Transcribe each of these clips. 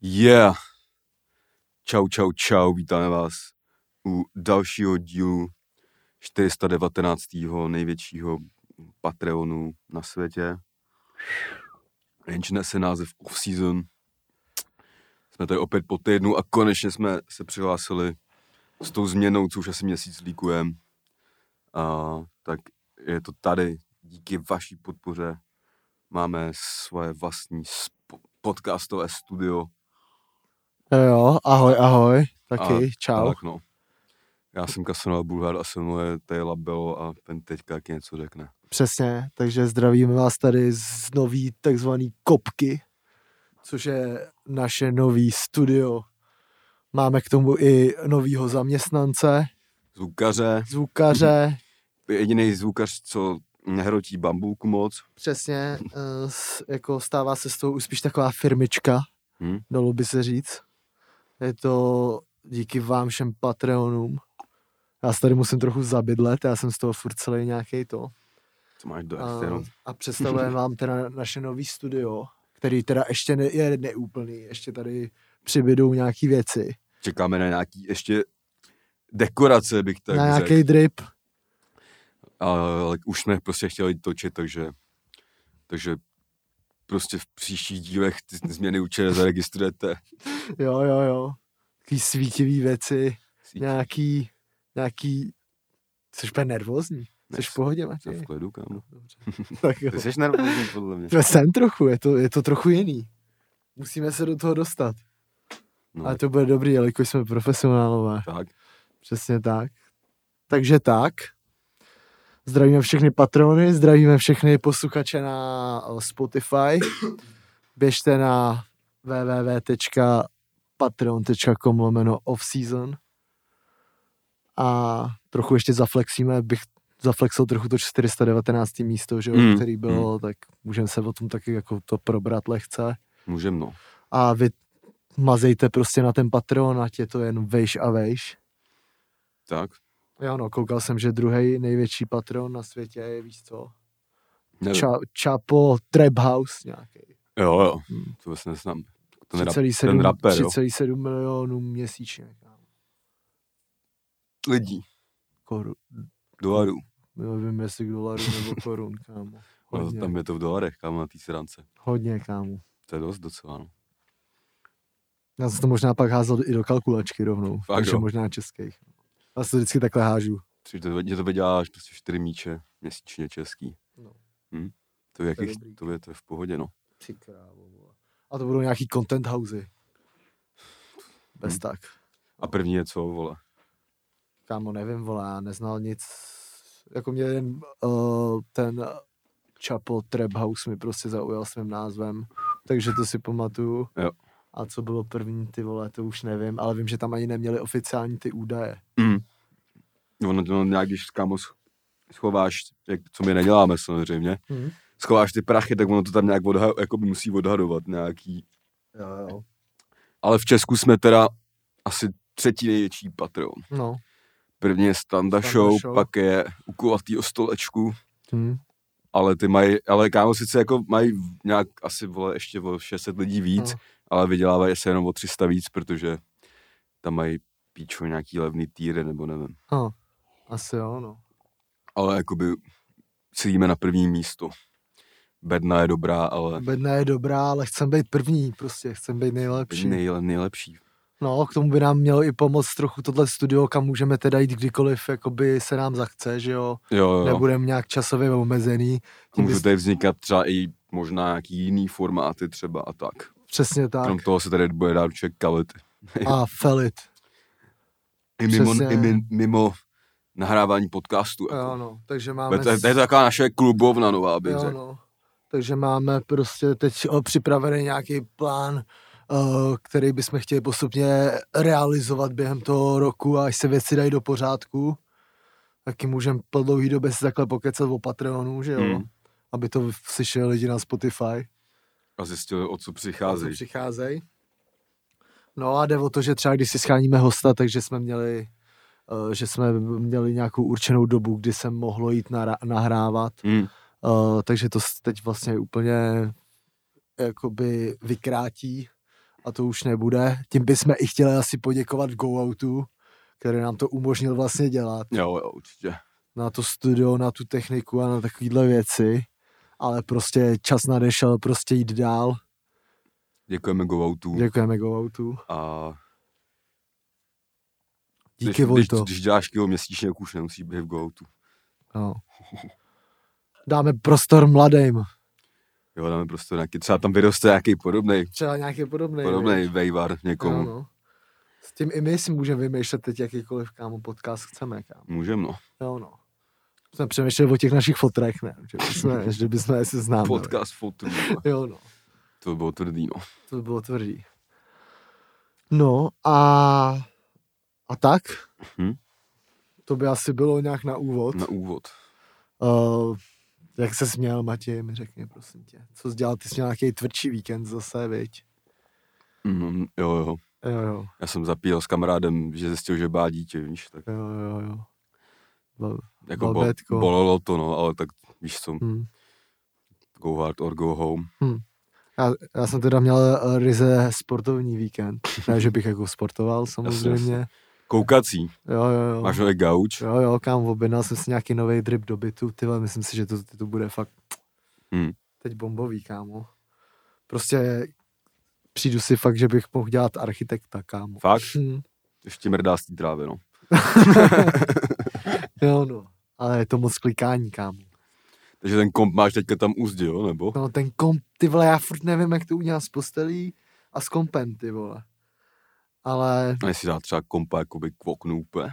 Yeah. Čau, vítáme vás u dalšího dílu 419. největšího Patreonu na světě. Jenže nese název Off-Season. Jsme tady opět po týdnu a konečně jsme se přihlásili s tou změnou, co už asi měsíc líkujeme. Tak je to tady. Díky vaší podpoře máme svoje vlastní podcastové studio. Jo, ahoj, taky, čau. Tak no. Já jsem Casanova Bulhár a se mnou tady Labelo a ten teďka taky něco řekne. Přesně, takže zdravíme vás tady z nový takzvaný Kopky, což je naše nový studio. Máme k tomu i novýho zaměstnance. Zvukaře. Jediný zvukař, co nehrotí bambulku moc. Přesně, jako stává se z toho už spíš taková firmička, dalo by se říct. Je to díky vám všem Patreonům. Já se tady musím trochu zabydlet, já jsem z toho furt celý nějakej to. Co máš do a představujeme vám teda naše nový studio, který teda ještě je neúplný, ještě tady přibydou nějaký věci. Čekáme na nějaký ještě dekorace, bych tak řekl. Na nějaký drip. Ale už jsme prostě chtěli točit, takže prostě v příštích dílech ty změny určitě zaregistrujete. Jo. Taký svítivý věci, nějaký, což bude nervózní. Což v pohodě, Matěj. Jsem v klidu, kámo. Tak ty jsi nervózní, podle mě. Jsem trochu, je to trochu jiný. Musíme se do toho dostat. No. Ale to bude dobrý, jelikož jsme profesionálové. Tak. Přesně tak. Takže tak. Zdravíme všechny patrony, zdravíme všechny posluchače na Spotify. Běžte na www.patreon.com/offseason a trochu ještě zaflexíme, bych zaflexil trochu to 419. místo, že který bylo, tak můžeme se o tom taky jako to probrat lehce. Můžeme, no. A vy mazejte prostě na ten Patreon, ať je to jen vejš a vejš. Tak. Jo, no, koukal jsem, že druhý největší patron na světě je, víš co? Chapo Trap House nějaký. Jo, to vlastně neznám. 3,7 milionů měsíčně. Lidí. Dolarů. Nevím, jestli dolarů nebo korun, kámo. Hodně. Tam je to v dolarech, kámo, na té srance. Hodně, kámo. To je dost docela, no. Já jsem to možná pak házel i do kalkulačky rovnou. Fakt, takže možná českých. Já se to vždycky takhle hážu. To vyděláš prostě 4 míče měsíčně český. No. To je v pohodě, no. Ty krávo, vole. A to budou nějaký content housey. Bez tak. A první je co, vole? Kámo, nevím, vole, já neznal nic. Jako mě ten Chapo Trap House mi prostě zaujal svým názvem. Takže to si pamatuju. Jo. A co bylo první, ty vole, to už nevím, ale vím, že tam ani neměli oficiální ty údaje. Ono nějak, když kámo schováš, co my neděláme samozřejmě, schováš ty prachy, tak ono to tam nějak musí odhadovat nějaký. Jo. Ale v Česku jsme teda asi 3. největší Patreon. No. První je Standa Show, pak je u kulatýho stolečku. Ale kámo sice jako mají nějak asi ještě o 600 lidí víc, ale vydělávají se jenom o 300 víc, protože tam mají píčo nějaký levný týry, nebo nevím. Asi jo, no. Ale jakoby sedíme na první místo. Bedna je dobrá, ale chcem být první, prostě chcem být nejlepší. Nejlepší. No, k tomu by nám mělo i pomoct trochu tohle studio, kam můžeme teda jít kdykoliv, jakoby se nám zachce, že jo? Jo. Nebudeme nějak časově omezený. Můžou tady vznikat třeba i možná nějaký jiný formáty třeba a tak. Přesně tak. Krom toho se tady bude dát kalit. A felit. I mimo nahrávání podcastu. Jako. Jo, no, takže máme... To je taková naše klubovna nová, bych řekl. No. Takže máme prostě teď připravený nějaký plán, který bychom chtěli postupně realizovat během toho roku a až se věci dají do pořádku, taky můžeme po dlouhý době si takhle pokecat o Patreonu, že jo? Aby to slyšeli lidi na Spotify. A zjistili, o co přicházejí. No a jde o to, že třeba když si scháníme hosta, takže jsme měli nějakou určenou dobu, kdy se mohlo jít nahrávat. Takže to teď vlastně úplně jakoby vykrátí a to už nebude. Tím bychom i chtěli asi poděkovat GoOutu, který nám to umožnil vlastně dělat. Jo, určitě. Na to studio, na tu techniku a na takovýhle věci. Ale prostě čas nadešel prostě jít dál. Děkujeme GoOutu. Děkujeme GoOutu. A díky, Vojto. Když děláš kilo měsíčně, už nemusí být v GoOutu. No. Dáme prostor mladým. Jo, dáme prostor nějaký, třeba tam vyroste nějaký podobnej. Třeba nějaký podobnej vejvar někomu. No. S tím i my si můžeme vymýšlet teď jakýkoliv, kámo, podcast chceme, kámo. Můžeme, no. Jo, no. Jsme přemýšleli o těch našich fotrech, ne? Že bychom je seznámili. Podcast fotrů. Jo, no. To by bylo tvrdý, no. To by bylo tvrdý. No a tak? To by asi bylo nějak na úvod. Na úvod. Jak se směl, Matěj, mi řekni, prosím tě. Co jsi dělal? Ty jsi měl nějaký tvrdší víkend zase, viď? Jo. Jo. Já jsem zapíjel s kamarádem, že zjistil, že bá dítě, víš, tak. Jo. Jako bolelo to, no, ale tak víš co. Go hard or go home. Já jsem teda měl ryze sportovní víkend. Ne, že bych jako sportoval, samozřejmě. Jasně. Koukací. Jo. Máš nový gauč? Jo, kámo, objednal jsem si nějaký nový drip do bytu, tyhle, myslím si, že to bude fakt teď bombový, kámo. Prostě přijdu si fakt, že bych mohl dělat architekta, kámo. Fakt? Ještě mrdá z té trávy, no. Jo, no. Ale je to moc klikání, kámo. Takže ten komp máš teďka tam úzdě, jo, nebo? No, ten komp, ty vole, já furt nevím, jak to udělat s postelí a s kompem, ty vole. Ale... A jestli dá třeba kompa jakoby k oknu úplně.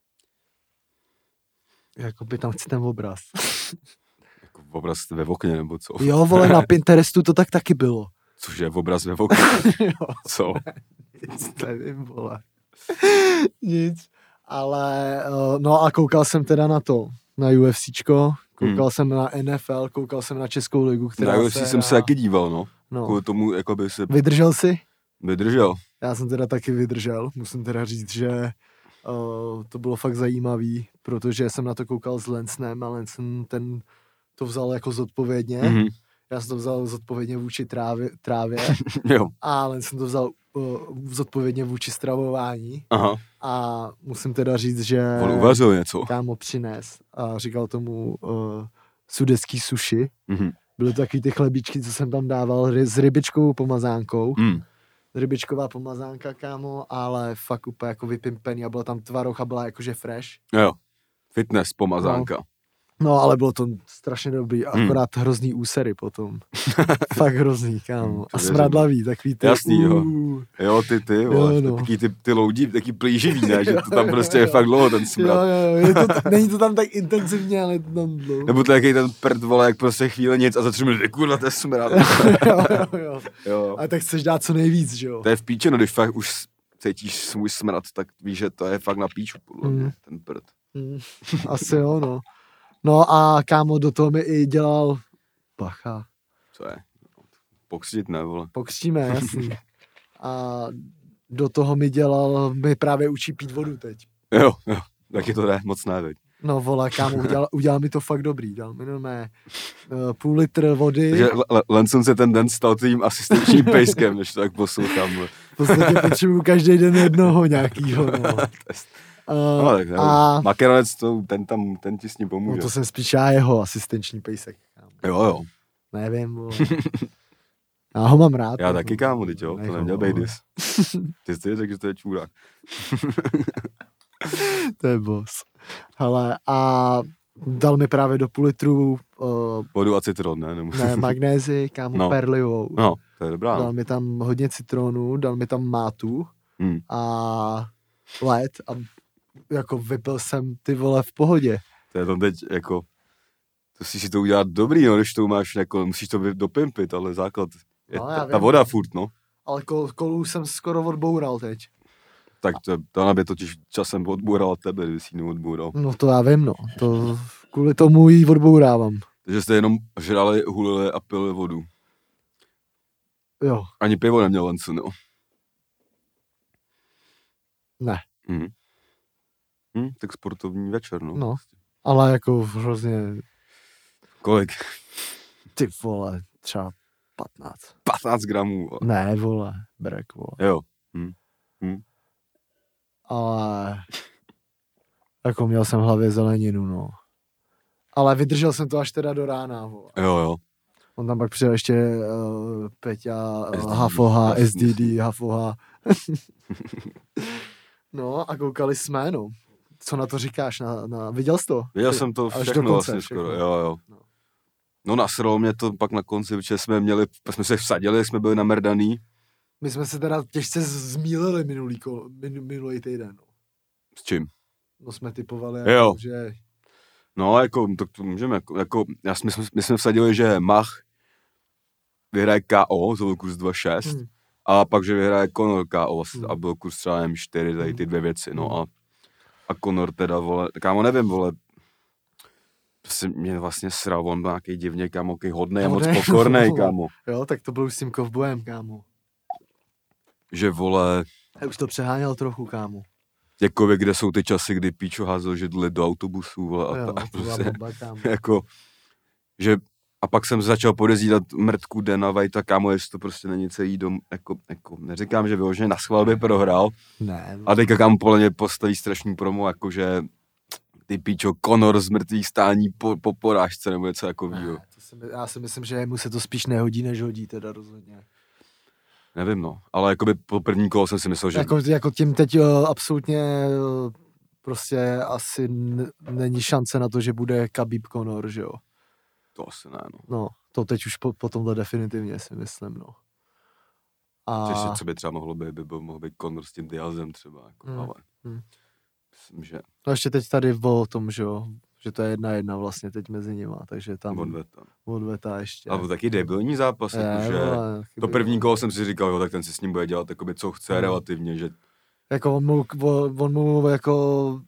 Jakoby tam chci ten obraz. Jako obraz ve okně, nebo co? Jo, vole, na Pinterestu to tak taky bylo. Cože, obraz ve okně? Co? Nic, nevím, vole. Nic. Ale, no a koukal jsem teda na to, na UFCčko, koukal jsem na NFL, koukal jsem na Českou ligu, která na UFC jsem se taky díval, no. Kvůli tomu, jakoby se... Vydržel jsi? Vydržel. Já jsem teda taky vydržel, musím teda říct, že to bylo fakt zajímavý, protože jsem na to koukal s Lencnem a Lencen ten to vzal jako zodpovědně. Já jsem to vzal zodpovědně vůči trávě jo. a Lencen to vzal zodpovědně vůči stravování. Aha. A musím teda říct, že on uvařil něco. Kámo přines a říkal tomu sudetský sushi. Byly to takový ty chlebíčky, co jsem tam dával s rybičkovou pomazánkou. Rybičková pomazánka, kámo, ale fakt úplně jako vypimpený a byla tam tvaroch a byla jakože fresh. Jo, fitness pomazánka. No, ale bylo to strašně dobrý, akorát hrozný úsery potom. Fakt hrozný, kámo. A smradlavý, takový ty. Jasný, jo. Jo, ty, no. Taky ty loudí, taky plíživý, ne? Že to tam prostě je fakt dlouho, ten smrad. Jo, není to tam tak intenzivně, ale je to tam dlouho. Nebo to jaký ten prd, vole, jak prostě chvíli nic a za 3 minuty, kurva, to je smrad. jo. Ale tak chceš dát co nejvíc, že jo? To je v píči, no, když fakt už cítíš svůj smrad, tak víš, že to je fakt na píču, podle mě, ten prd. Asi jo, no. No a kámo, do toho mi i dělal bacha. Co je? Pokřtit, ne, vole? Pokřtíme, jasný. A do toho mi právě učí pít vodu teď. Jo, taky to jde, moc ne, teď. No vole, kámo, udělal mi to fakt dobrý, dal mi normálně půl litr vody. Takže Lenson se ten den stal tím asistenčním pejskem, než to tak poslouchám. V podstatě potřebuju každý den jednoho nějakýho, no. No, tak Makeronec, ten ti s ním pomůže. No to jsem spíš já jeho asistenční pejsek. Kámo. Jo. Nevím, vole. Já ho mám rád. Já taky, kámo, teď jo, to neměl být dis. Ty jsi řekl, že to je čůrák. To je boss. Hele, a dal mi právě do půl litru vodu a citron, ne? Ne, magnézi, kámo, perlivou. No, to je dobrá. Dal mi tam hodně citronu, dal mi tam mátu a led a jako vypil jsem ty vole v pohodě. To je tam teď jako, to si to udělat dobrý, no, když to máš jako, musíš to dopimpit, ale základ je ta voda furt, no. Ale kolu jsem skoro odboural teď. Tak to by totiž časem odboural tebe, kdyby si ji neodboural. No to já vím, no. To kvůli tomu ji odbourávám. Takže jste jenom žrali, hulili a pili vodu. Jo. Ani pivo neměl Lencu, no. Ne. Tak sportovní večer, no. No, ale jako hrozně... Kolik? Ty vole, třeba 15. 15 gramů, vole. Ne, vole, brek, vole. Jo. Ale jako měl jsem v hlavě zeleninu, no. Ale vydržel jsem to až teda do rána, vole. Jo. On tam pak přijel ještě Peťa, SDD, Hafoha, jasně. SDD, Hafoha. No a koukali jsme, no. Co na to říkáš? Viděl jsi to? Viděl jsem to Až do všechno konce, vlastně všechno. skoro, jo. No nasralo mě to pak na konci, protože jsme se vsadili, jsme byli namrdaný. My jsme se teda těžce zmýlili minulý týden. No. S čím? No jsme typovali, Jo. jako, že... No, jako, to můžeme, my jsme vsadili, že Mach vyhraje KO, to byl kurz 2,6, a pak, že vyhraje Conor KO, a byl kurz třeba 4, tady ty dvě věci, no, a Conor teda, vole, kámo, nevím, vole, mě vlastně sral, on byl nějaký divně, kámo, hodnej a moc pokornej, kámo. Jo, tak to byl už s tím kovbojem, kámo. Že, vole... Já už to přeháněl trochu, kámo. Jako kde jsou ty časy, kdy Píčo házel židli do autobusů, vole, a prostě, bomba, jako, že, a pak jsem začal podezírat mrtku Dana Whitea, kámo, jestli to prostě není celý dom, jako neříkám, že vyloženě na schvál by prohrál, ne, a teďka kámo podle mě postaví strašný promo, jakože ty Píčo, Conor z mrtvých stání po porážce, nebo něco takovýho. Já si myslím, že mu se to spíš nehodí, než hodí, teda rozhodně. Nevím, no, ale jakoby po první kolo jsem si myslel, že... Jako tím teď absolutně prostě asi není šance na to, že bude Khabib Conor, že jo? To asi ne, no. No, to teď už po tomhle definitivně si myslím, no. A... co by třeba mohlo být Conor s tím Diazem třeba, jako, ale myslím, že... No ještě teď tady o tom, že jo, že to je 1-1 vlastně teď mezi nima, takže tam odveta ještě. Ale taky debilní zápas, jakože to první kolo jsem si říkal, jo, tak ten si s ním bude dělat, jakoby, co chce relativně, že... Jako on mu jako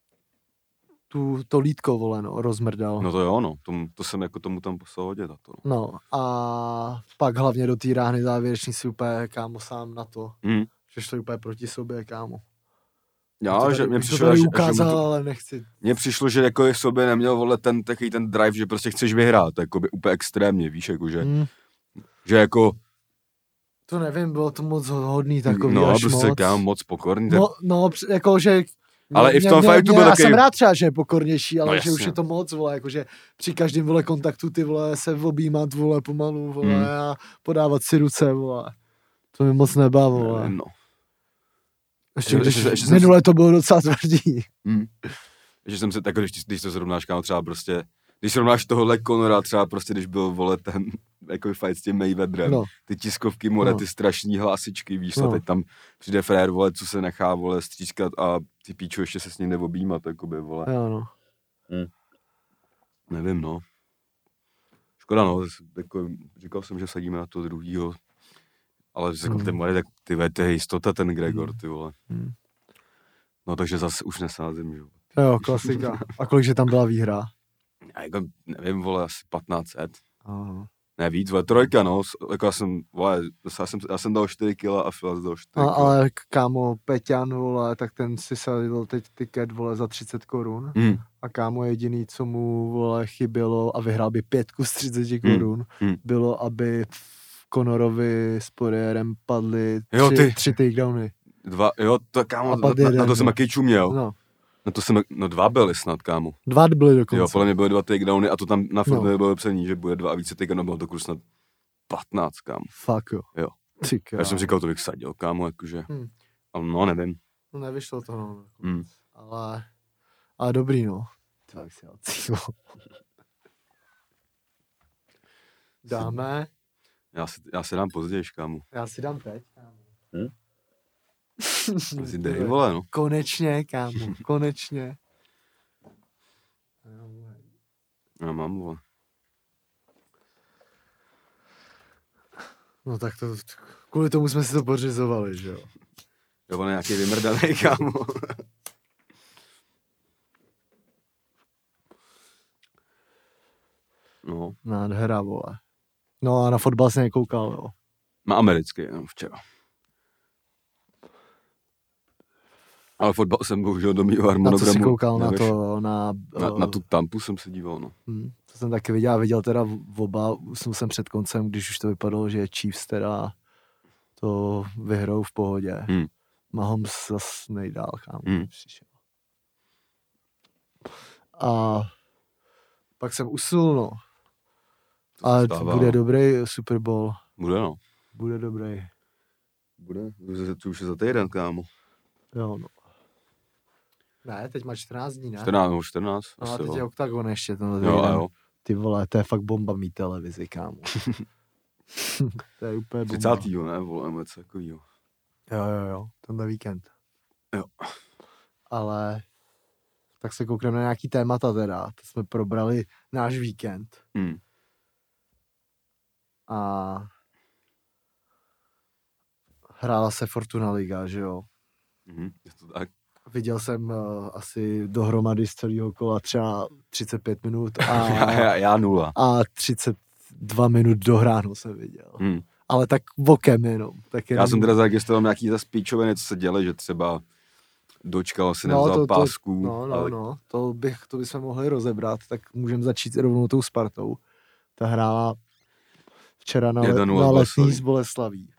to lítko, vole, no, rozmrdal. No to jo, no, to jsem jako tomu tam poslal hodit a to. No a pak hlavně do té rány závěreční si úplně, kámo, sám na to, že šli úplně proti sobě, kámo. Já, že mě přišlo, ale nechci. Mně přišlo, že jako v sobě neměl, vole, takový ten drive, že prostě chceš vyhrát, jakoby úplně extrémně, víš, jakože, že jako... To nevím, bylo to moc hodný takový no, až prostě moc. Kámo, moc pokorný. No, jako, že... Ale i v tom fightu byl já takový... jsem rád třeba, že je pokornější, ale no, že už je to moc, vole, jakože při každém, vole, kontaktu ty, vole, se objímat, vole, pomalu, vole, a podávat si ruce, vole. To mi moc nebá, vole. No. Ještě minule to bylo docela tvrdý. Že jsem se, tak když to srovnáš, kámo, třeba prostě, když srovnáš tohohle Conora třeba prostě, když byl, vole, ten, jako fight s tím Mayweatherem, ty tiskovky, more, ty strašný hlásičky, víš co, teď tam přijde frér, vole, co se nechá, vole, střískat a ty Píčo ještě se s ním neobjímat, jakoby, vole. Jo, no. Nevím, no. Škoda, no, jako, říkal jsem, že sadíme na to druhýho, ale jako ten more, tak to je jistota, ten Gregor, ty vole. No, takže zase už nesázím, že jo. Jo, klasika. A kolikže tam byla výhra? Já jako, nevím, vole, asi 1500. Aha. Ne víc, vole, trojka, no, jako já jsem dal 4 kila a Filas dal 4 kila. Ale kámo, Peťan, vole, tak ten si sadil teď tiket, vole, za 30 korun. A kámo, jediný, co mu, vole, chybělo a vyhrál by 5 z 30 korun, bylo, aby Conorovi s Poirierem padly 3 takedowny. 2, jo, to kámo, na to jsem taky čuměl. No. Na to jsem, 2 byly snad, kámo. 2 byly dokonce. Jo, podle mě byly 2 takedowny a to tam na fotbale bylo psaný, že bude 2 a více takedownů, bylo to kurz snad 15, kámo. Fakt jo. Jo. Já jsem říkal, to bych sadil, kámo, jakože. No, nevím. No, nevyšlo to, no. Ale dobrý, no. Tak si dáme. Já si dám později, kámo. Já si dám teď, kámo. Si dej, vole, no. Konečně, kámo, konečně. Já mám, vole. No tak to, kvůli tomu jsme si to pořizovali, že jo. Jo, on je nějaký vymrdaný, kámo. No. Nádhera, vole. No a na fotbal se nekoukal, jo. Na americký, jenom včera. Ale fotbal jsem bohužel do mýho Na harmonogramu. co jsi koukal? nevešel. Na tu Tampu jsem se díval, no. To jsem taky viděl teda oba, usnul jsem před koncem, když už to vypadalo, že Chiefs teda to vyhrou v pohodě. Mahomes zas nejdál, kámo. Přišel. A pak jsem usnul, no. A bude dobrý Super Bowl. Bude, no. Bude dobrý. Bude, to už je za týden, kámo. Jo, no. Ne, teď má 14 dní, ne? 14. No a teď je Oktagon ještě. Jo. Ty vole, to je fakt bomba mít televizi, kámo. To je úplně bomba. 30. ne, vole, něco takovýho. Jo, tenhle víkend. Jo. Ale tak se koukneme na nějaký témata teda. To jsme probrali náš víkend. A hrála se Fortuna Liga, že jo? Je to tak. Viděl jsem asi dohromady z celého kola třeba 35 minut a já 0. A 32 minut dohráno jsem viděl. Ale tak vokem jenom. Já jsem teda zaregistroval nějaký zase píčoviny, co se děli, že třeba dočkal si nevzal pásku. No, to bychom mohli rozebrat, tak můžeme začít rovnou tou Spartou. Ta hrála včera na Letní z Boleslaví.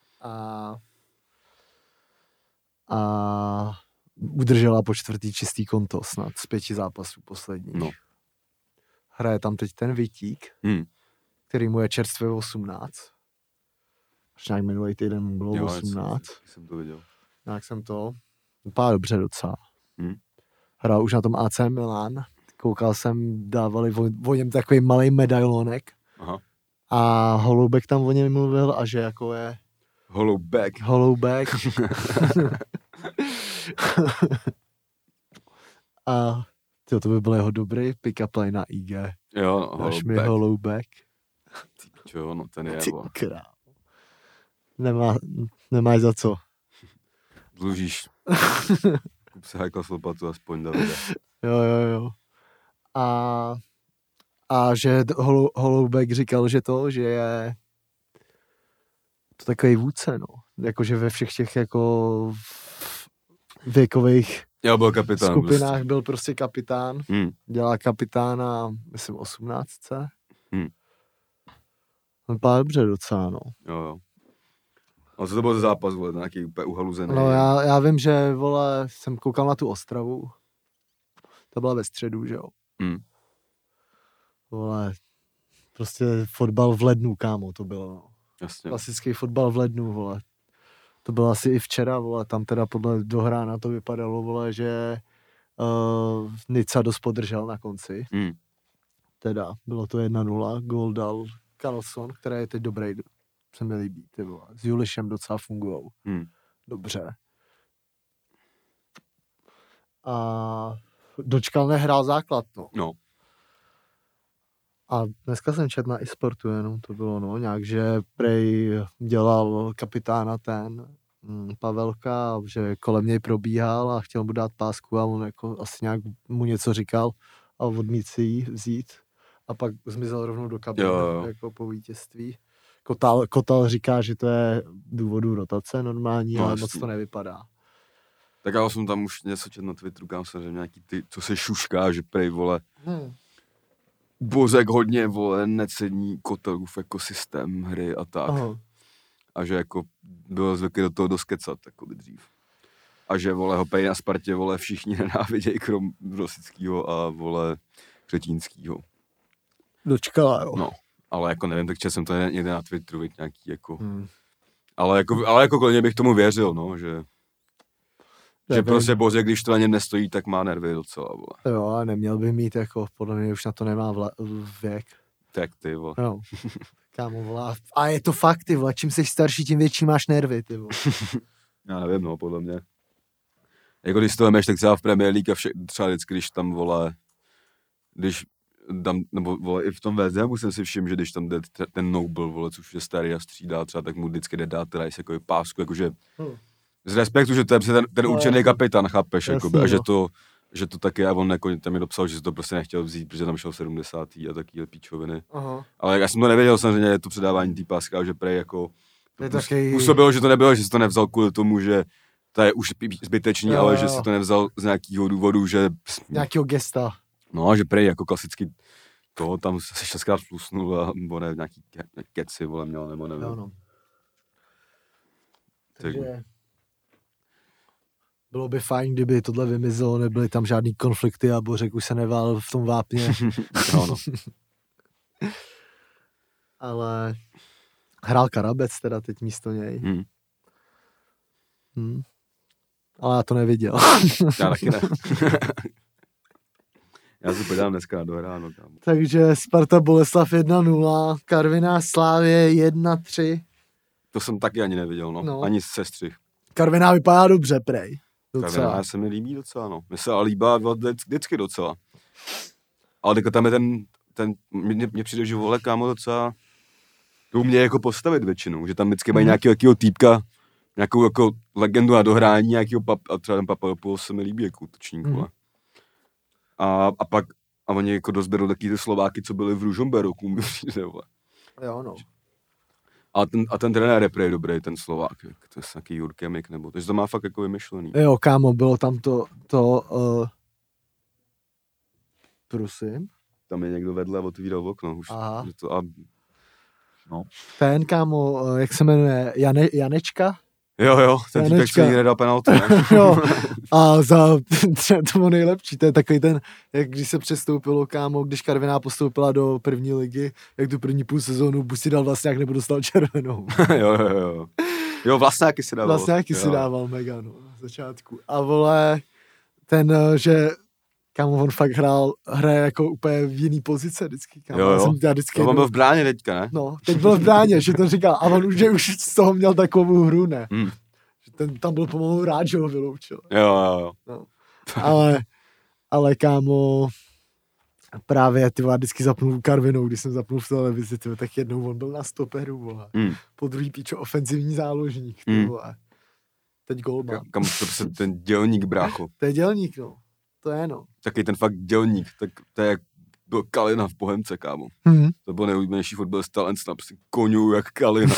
A udržela po 4. čistý konto snad z 5 zápasů posledních. No. Hraje tam teď ten Vítík, který mu je čerstvě 18. Až nějak minulý týden mu bylo 18. Jsem to viděl. Nějak jsem to. Vypadá dobře docela. Hrál už na tom AC Milan. Koukal jsem, dávali o něm takový malý medailonek. Aha. A Holoubek tam o něm mluvil a že jako je... Holoubek. A to by byl jeho dobrý pick-up line na IG. Jo, no, Dáš mi Holoubek. Jo, no ten je, ty král. Nemáš za co. Dlužíš. Kup se hajklas lopatu aspoň, Davide. Jo. A že Holoubek říkal, že je to takový vůdce, no. Jakože ve všech těch jako věkových byl kapitán, skupinách byl prostě kapitán. Dělá kapitána, myslím, 18. Vypadá dobře docela, no. Jo. A co to byl za zápas, vole, nějaký úplně uhaluzený? No já vím, že, vole, jsem koukal na tu Ostravu. To byla ve středu, že jo. Vole, prostě fotbal v lednu, kámo, to bylo, no. Jasně. Klasický fotbal v lednu, vole. To bylo asi i včera, vole, tam teda podle dohrána to vypadalo, vole, že Nica dost podržel na konci. Teda, bylo to 1-0, gól dal Carlson, který je teď dobrý, se mi líbí, ty vole. S Julišem docela fungujou. Dobře. A Dočkal nehrál základ, no. A dneska jsem četl na eSportu jenom, to bylo, no, nějak, že prej dělal kapitána ten Pavelka, že kolem něj probíhal a chtěl mu dát pásku a on jako asi nějak mu něco říkal a odmít si ji vzít a pak zmizel rovnou do kabiny, jako po vítězství. Kotal říká, že to je důvodu rotace normální, ale moc to nevypadá. Tak já jsem tam už něco četl na Twitteru, kam jsem nějaký ty, co se šušká, že prej, vole, Bozek hodně, vole, necení Kotelův ekosystém hry a tak. Aha. A že jako bylo zvyklý do toho doskecat, jako dřív. A že, vole, ho pej na Spartě, vole, všichni nenávidějí, krom Rosickýho a, vole, Křetínskýho. Dočkala, jo. No, ale jako nevím, tak jsem to někde na Twitteru, nějaký, jako... Ale jako klidně bych tomu věřil, no, že prostě Bozek, když to na něm nestojí, tak má nervy docela, vole. Jo, a neměl by mít, jako, podle mě už na to nemá věk. Tak ty, vole. Jo. Kámo, vole. A je to fakt, ty vole, čím jsi starší, tím větší máš nervy, ty vole. Já nevím, no, podle mě. Jako když to vemeš, tak třeba v Premier League a třeba vždycky, když tam, vole, nebo vole, i v tom VZ musím si všiml, že když tam jde ten Noble, vole, což je starý a střídá třeba, tak mu vždycky jde dát teda jako pásku, jakože z respektu, že to je ten určený kapitán, chápeš, jakoby, a že to taky, a on jako tam mi dopsal, že si to prostě nechtěl vzít, protože tam šel 70. a takové píčoviny. Aha. Ale já jsem to nevěděl, samozřejmě je to předávání té pásky, ale že prej jako působilo, že to nebylo, že si to nevzal kvůli tomu, že To je už zbytečný, Jo, ale jo. že si to nevzal z nějakého důvodu, že... Nějakýho gesta. No, že prej jako klasicky toho tam se 6krát plusnul a bude nějaký keci, vole, měl, nebo nevím. Jo, no. Takže bylo by fajn, kdyby tohle vymizelo, nebyly tam žádný konflikty a Bořek už se nevál v tom vápně. No, no. Ale hrál Karabec teda teď místo něj. Ale já to neviděl. Já taky ne. Já si podívám dneska na dohráno. Takže Sparta Boleslav 1-0, Karviná Slávě 1-3. To jsem taky ani neviděl, no. Ani sestřih. Karviná vypadá dobře, prej. Karviná se mi líbí docela, no. Mně se ale líbá vždycky docela. Ale teďka tam je ten mně přijde, že vole, kámo, docela to umějí jako postavit většinou, že tam vždycky mají nějakého týpka, nějakou jako legendu na dohrání, nějakého a třeba ten Papadopoulos se mi líbí jako útočník, vole. A pak oni jako dozberou taky ty Slováky, co byli v Ružomberoku, mi přijde, vole. Jo, no. A ten trenér je prej dobrý, ten Slovák, to je nějaký Jurkemik, nebo takže to má fakt jako vymyšlený. Jo, kámo, bylo tam prosím? Tam je někdo vedle a otvíral okno už. Aha. No. Ten, kámo, jak se jmenuje, Janečka? Jo, ten týpek, co nikdy nedal penaltu, ne? Jo, a to bylo nejlepší, to je takový ten, jak když se přestoupilo, kámo, když Karviná postoupila do první ligy, jak tu první půl sezónu buď si dal Vlastňák, nebo dostal červenou. Jo. Jo, Vlastňáky si dával. Vlastňáky si dával mega, no, na začátku. A vole, že kámo, on fakt hraje jako úplně v jiný pozice vždycky, kámo. Jo. On byl v bráně teďka, ne? No, teď byl v bráně, že to říkal. A on už z toho měl takovou hru, ne? Že ten tam byl pomalu rád, že ho vyloučil. Jo. No. Ale kámo, právě ty vždycky zapnul Karvinou, když jsem zapnul v televizi, tak jednou on byl na stoperu, vole. Po druhý píčo ofenzivní záložník, ty vole. Teď gól mám. Kam to ten dělník, brácho. To je dělník, no. To je, no. Taky ten fakt dělník, tak to je jak byl Kalina v Bohemce, kámo. To byl nejoblíbenější fotbalista, ale snad koňů jak Kalina.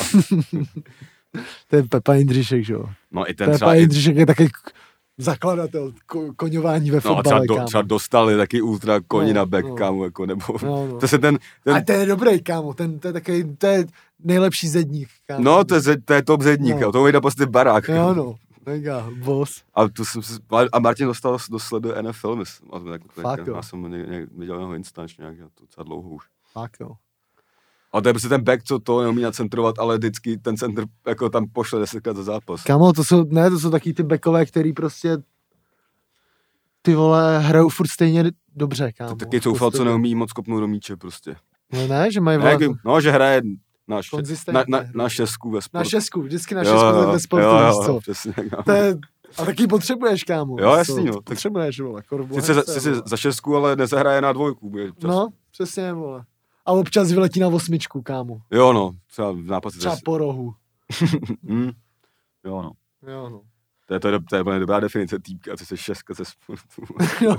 To je Pepa Jindřišek, že jo? No i ten Pepa Jindřišek je taky zakladatel koňování ve fotbale, kámo. Třeba dostali taky ultra koní na back, kámo, jako, nebo... No. To se ten... A ten je dobrý, kámo, to je takový, to je nejlepší zedník, kámo. No, to je top zedník, no. To jde prostě barák. Jo, no. Mega, boss. A Martin dostal do NFL, myslím. Fakt, jo. Já jsem viděl jeho instanč nějak, to docela dlouho už. Fakt, jo. A to je prostě ten back, co to neumí nacentrovat, ale vždycky ten center jako tam pošle 10krát za zápas. Kámo, to jsou taky ty backové, který prostě ty vole hrajou furt stejně dobře, kámo. To taky soufal, co neumí moc kopnout do míče prostě. No ne, že mají vole... No, že hraje na šestku ve sportu. Na šestku, vždycky na šestku ve sportu, víš co. Přesně, a taky potřebuješ, kámo. Jo, jasný, no. Potřebuješ, vole. Sice za šestku, ale nezahraje na dvojku. No, přesně, vole. A občas vyletí na 8, kámo. Jo, no. Třeba v nápase. Třeba po rohu. Jo, no. Jo, no. To je úplně dobrá definice týpka, co se šestka ze sportu. Jo,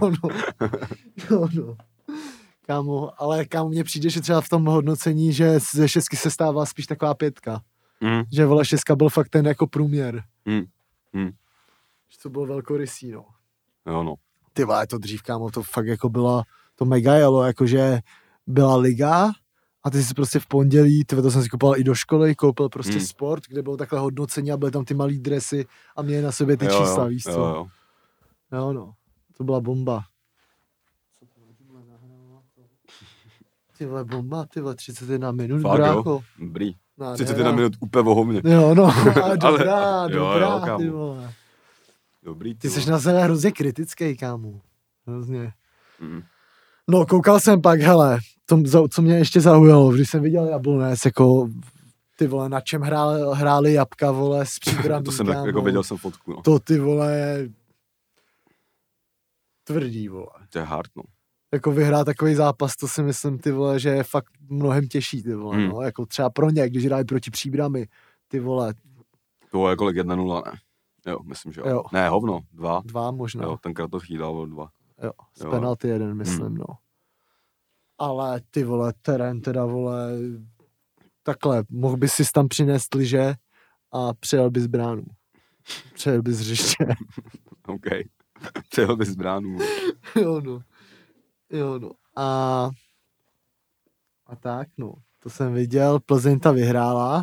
no. Kámo, ale kámo, mně přijde, že třeba v tom hodnocení, že ze 6 se stává spíš taková 5. Že vole 6 byl fakt ten jako průměr. Že to bylo velkorysý, no. Jo, no. Ty vole, to dřív, kámo, to fakt jako bylo, to mega jelo, jakože byla liga a ty si prostě v pondělí, to jsem si kupoval i do školy, koupil prostě sport, kde bylo takhle hodnocení a byly tam ty malý dresy a měli na sobě ty čísla, víš co? Jo, no. To byla bomba. Ty vole, bomba, ty vole, 31 minut, fakt, brácho. Jo. Dobrý. 31 minut úplně vohovně. Jo, no, dobrá, ty vole. Dobrý, ty jsi na sebe hrozně kritický, kámo. Hrozně. No, koukal jsem pak, hele, co mě ještě zaujalo, když jsem viděl Jablonec, jako ty vole, na čem hráli Jabka, vole, s Příbramí, to jsem tak, jako viděl jsem fotku, no. To ty vole je tvrdý, vole. To je hard, no. Jako vyhrát takový zápas, to si myslím, ty vole, že je fakt mnohem těžší, ty vole, no, jako třeba pro ně, když hrají proti Příbrami, ty vole. To je kolik 1-0, ne? Jo, myslím, že jo. Ne, hovno, 2. 2 možná. Jo, tenkrát to chýdal 2. Jo, z penalty 1, myslím, no. Ale ty vole, terén teda, vole, takhle, mohl bys si tam přinést lyže a přijel bys bránu. Přejel bys hřiště. OK. Přejel bys bránu. Jo no. A tak no. To jsem viděl. Plzeň ta vyhrála.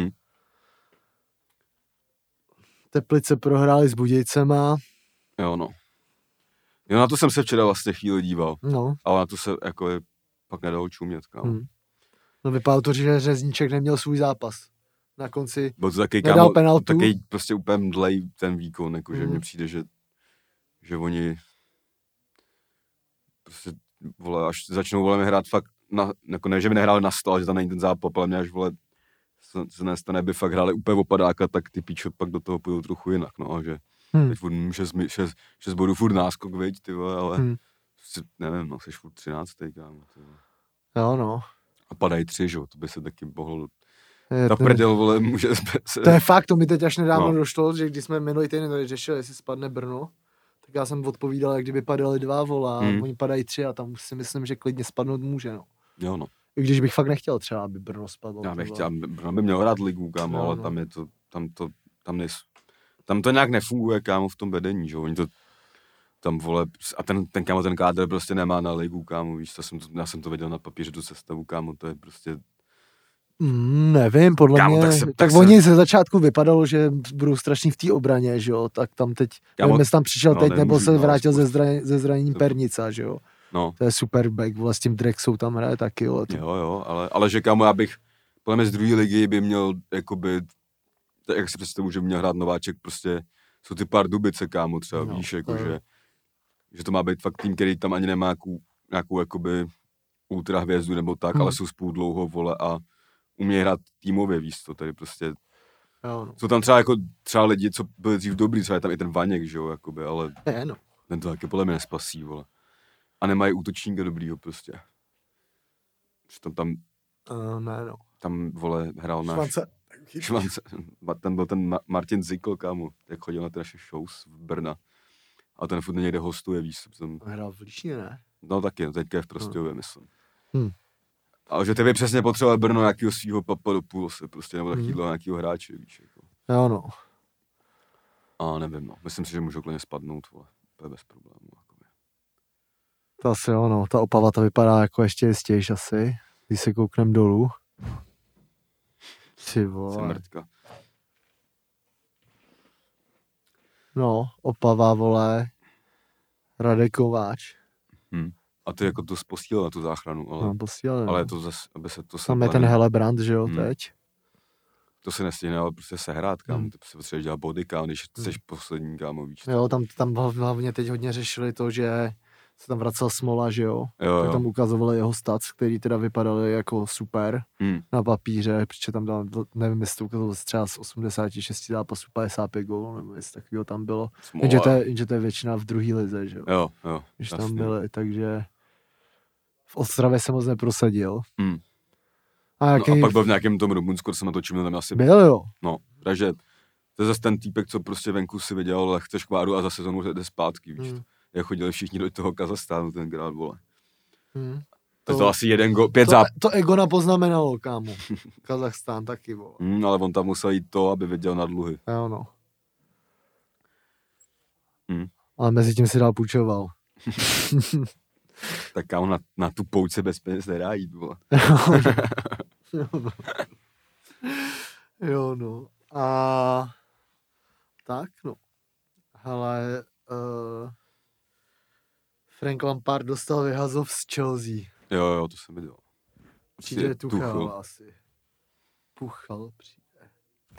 Teplice prohráli s Budějcema. Jo no. Jo, na to jsem se včera vlastně chvíli díval. No. Ale na to se jako je pak nedalo čumět. No vypadalo to, že Řezníček neměl svůj zápas. Na konci byl to taky, nedal penaltu. Taky prostě úplně mdlej ten výkon, jako, že mně přijde, že oni prostě, vole, až začnou vole hrát fakt, jako ne, že by nehráli na 100, ale že tam není ten zápas, ale mě až vole se nestane, by fakt hráli úplně opadáka, tak ty píčo pak do toho půjdou trochu jinak, no, a že teď furt 6 bodů furt náskok, viď, ty vole, ale nevím, no, jsi furt 13. kámo, ty vole. Jo, no. A padají 3, že jo, to by se taky mohl, ta prdel, vole, může se... To je fakt, to mi teď až nedávno došlo, že když jsme minulý týden řešili, jestli spadne Brno, tak já jsem odpovídal, jak kdyby padaly 2 vola, a oni padají 3 a tam si myslím, že klidně spadnout může, no. Jo, no. I když bych fakt nechtěl třeba, aby Brno spadlo. Já bych chtěl, Brno by měl hrát ligu, kámo, ale tam je to, tam to nějak nefunguje, kámo, v tom vedení, že oni to, tam vole, a ten kádr prostě nemá na ligu, kámo, víš, já jsem to viděl na papíře, tu sestavu, kámo, to je prostě... Nevím, podle kámo, mě, tak oni ze začátku vypadalo, že budou strašní v té obraně, že jo, tak tam teď, kámo, nevím, jestli tam přišel teď, nebo se vrátil ze zranění Pernica, že jo. No. To je super back, vole, s tím Drexou tam hraje taky, jo. Jo, ale že kámo, já bych, podle mě z druhé ligy by měl, jakoby, tak jak si představu, že by měl hrát nováček, prostě, jsou ty Pardubice, kámo, třeba, víš, jako, že to má být fakt tým, který tam ani nemá nějakou jakoby, ultra hvězdu nebo tak, ale jsou spolu dlouho, vole, a umějí hrát týmově, víš to, tady prostě, no. Jsou tam třeba, jako, třeba lidi, co byli dřív dobrý, třeba je tam i ten Vaněk, že jo, jakoby, ale ten to taky podle mě nespasí, vole. A nemají útočníka dobrýho prostě. Tam, vole, hrál náš... Švance. Tam byl ten Martin Zikl, kámo, jak chodil na ty naše shows v Brna. A ten furt někde hostuje, víš. Hrál v Líšně, ne? No taky, teďka je v Prostějově, myslím. Ale že ty by přesně potřeboval Brno nějakého svýho Papadopulose, prostě, nebo takovýhle nějakého hráče, víš. Jako. Jo, no. A nevím, no. Myslím si, že můžou klidně spadnout, vole. To je bez problémů. To asi jo, no. Ta Opava to vypadá jako ještě jistější asi, když se kouknem dolů. Ty vole. No, Opava, vole. Radek Kováč. A ty jako to posílil na tu záchranu, ale, ale to zase, aby se to... Tam je ten Helebrand, že jo, teď. To se nestihne, ale prostě sehrát, kámo, ty se potřebuješ dělat body, kámo, když jsi poslední, kámo, víš. Jo, tam hlavně teď hodně řešili to, že se tam vracel Smola, že jo? Tak tam ukazovali jeho stats, který teda vypadaly jako super na papíře, protože tam dal, nevím, jestli to ukazovalo třeba z 86 zápasů 55 gólů, nebo jestli takového tam bylo. Jenže to je většina v druhé lize, že jo? Jo. Když tam byly, takže v Ostravě se moc neprosadil. A pak byl v nějakém tom Rumunsku, jsem natočil, tam asi... Byl, jo. No, takže to je zase ten týpek, co prostě venku si vydělal lehce škváru a za sezonu jde zpátky, víš. Jak chodili všichni do toho Kazachstánu tenkrát, vole. To asi 5 zápasů. To Egona poznamenalo, kámo. Kazachstán taky, vole. Ale on tam musel jít to, aby viděl na dluhy. Jo, no. Ale mezi tím si dál půjčoval. Tak kámo, na tu pouť se bez peněz nedá jít, vole. Jo, no. A tak, no. Hele, Frank Lampard dostal vyhazov z Chelsea. Jo, to jsem viděl. Přijde Tuchel asi. Tuchel přijde.